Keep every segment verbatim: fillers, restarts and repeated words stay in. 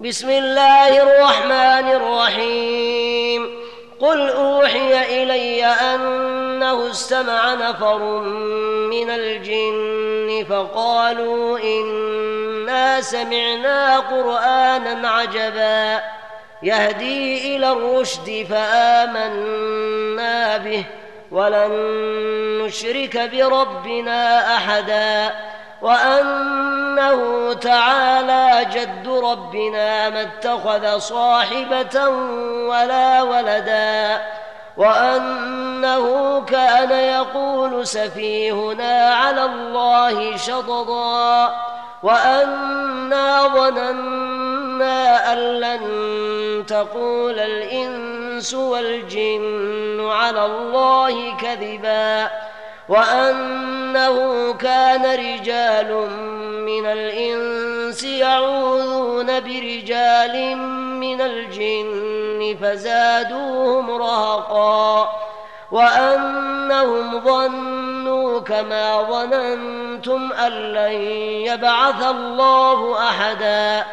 بسم الله الرحمن الرحيم. قل أوحي إلي أنه استمع نفر من الجن فقالوا إنا سمعنا قرآنا عجبا يهدي إلى الرشد فآمنا به ولن نشرك بربنا أحدا وأنه تعالى جد ربنا ما اتخذ صاحبة ولا ولدا وأنه كان يقول سفيهنا على الله شططا وأنا ظننا أن لن تقول الإنس والجن على الله كذبا وأنه كان رجال من الإنس يعوذون برجال من الجن فزادوهم رهقا وأنهم ظنوا كما ظننتم أن لن يبعث الله أحدا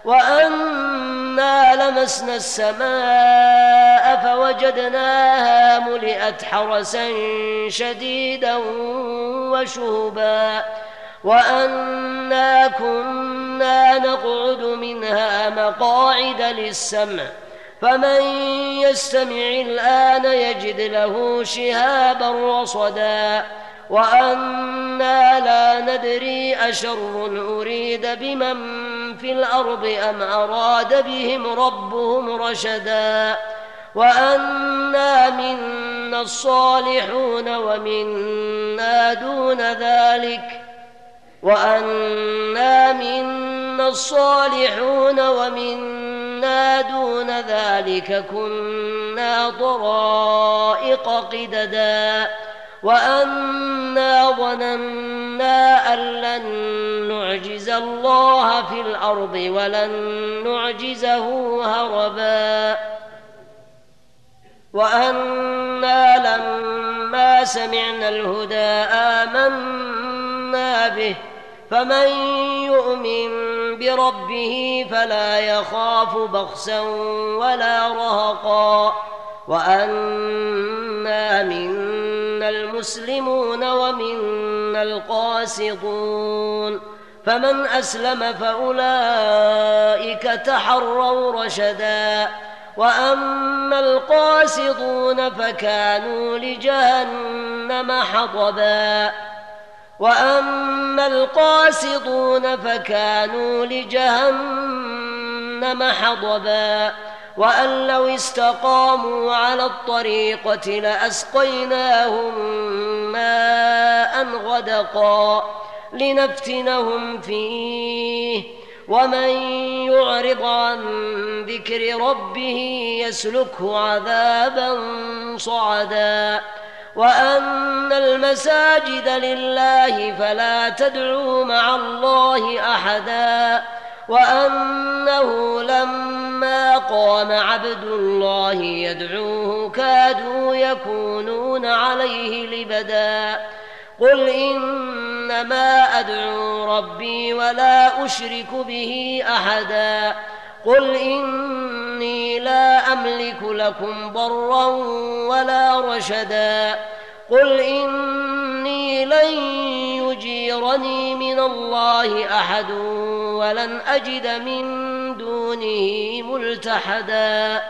وأنا لمسنا السماء فوجدناها ملئت حرسا شديدا وشهبا وأنا كنا نقعد منها مقاعد للسمع فمن يستمع الآن يجد له شهابا رصدا وأنا لا ندري أشر أريد بمن في الأرض أم أراد بهم ربهم رشدا وأنا منا الصالحون ومنا دون ذلك وأنا منا الصالحون ومنا دون ذلك كنا طرائق قددا وأنا ظننا أن لن نعجز الله في الأرض ولن نعجزه هربا وأنا لما سمعنا الهدى آمنا به فمن يؤمن بربه فلا يخاف بخسا ولا رهقا وأنا منا المسلمون ومنا القاسطون فمن أسلم فأولئك تحروا رشدا وأما القاسطون فكانوا لجهنم حطبا وأما القاسطون فكانوا لجهنم حطبا وأن لو استقاموا على الطريقة لأسقيناهم ماء غدقا لنفتنهم فيه ومن يعرض عن ذكر ربه يسلكه عذابا صعدا وأن المساجد لله فلا تدعوا مع الله أحدا وأنه لما قام عبد الله يدعوه كادوا يكونون عليه لبدا قل إنما أدعو ربي ولا أشرك به أحدا قل إني لا أملك لكم ضرا ولا رشدا قل إني لن يجيرني من الله أحد ولن أجد من دونه ملتحدا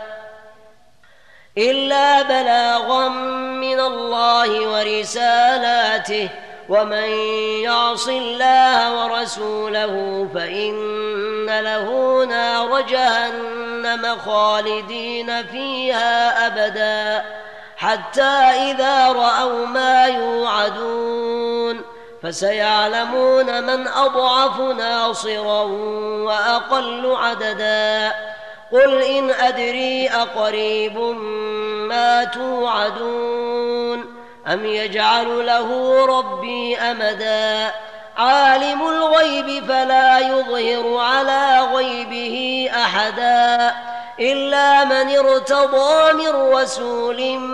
إلا بلاغا من الله ورسالاته ومن يعص الله ورسوله فإن له نار جهنم خالدين فيها أبدا حتى إذا رأوا ما يوعدون فسيعلمون من أضعف ناصرا وأقل عددا قل إن أدري أقريب ما توعدون أم يجعل له ربي أمدا عالم الغيب فلا يظهر على غيبه أحدا إلا من ارتضى من رسول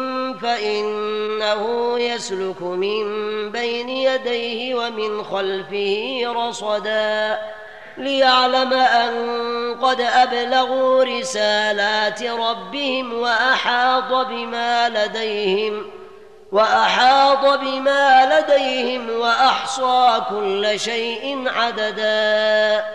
فإنه يسلك من بين يديه ومن خلفه رصدا ليعلم أن قد أبلغوا رسالات ربهم وأحاط بما لديهم وأحاط بما لديهم وأحصى كل شيء عددا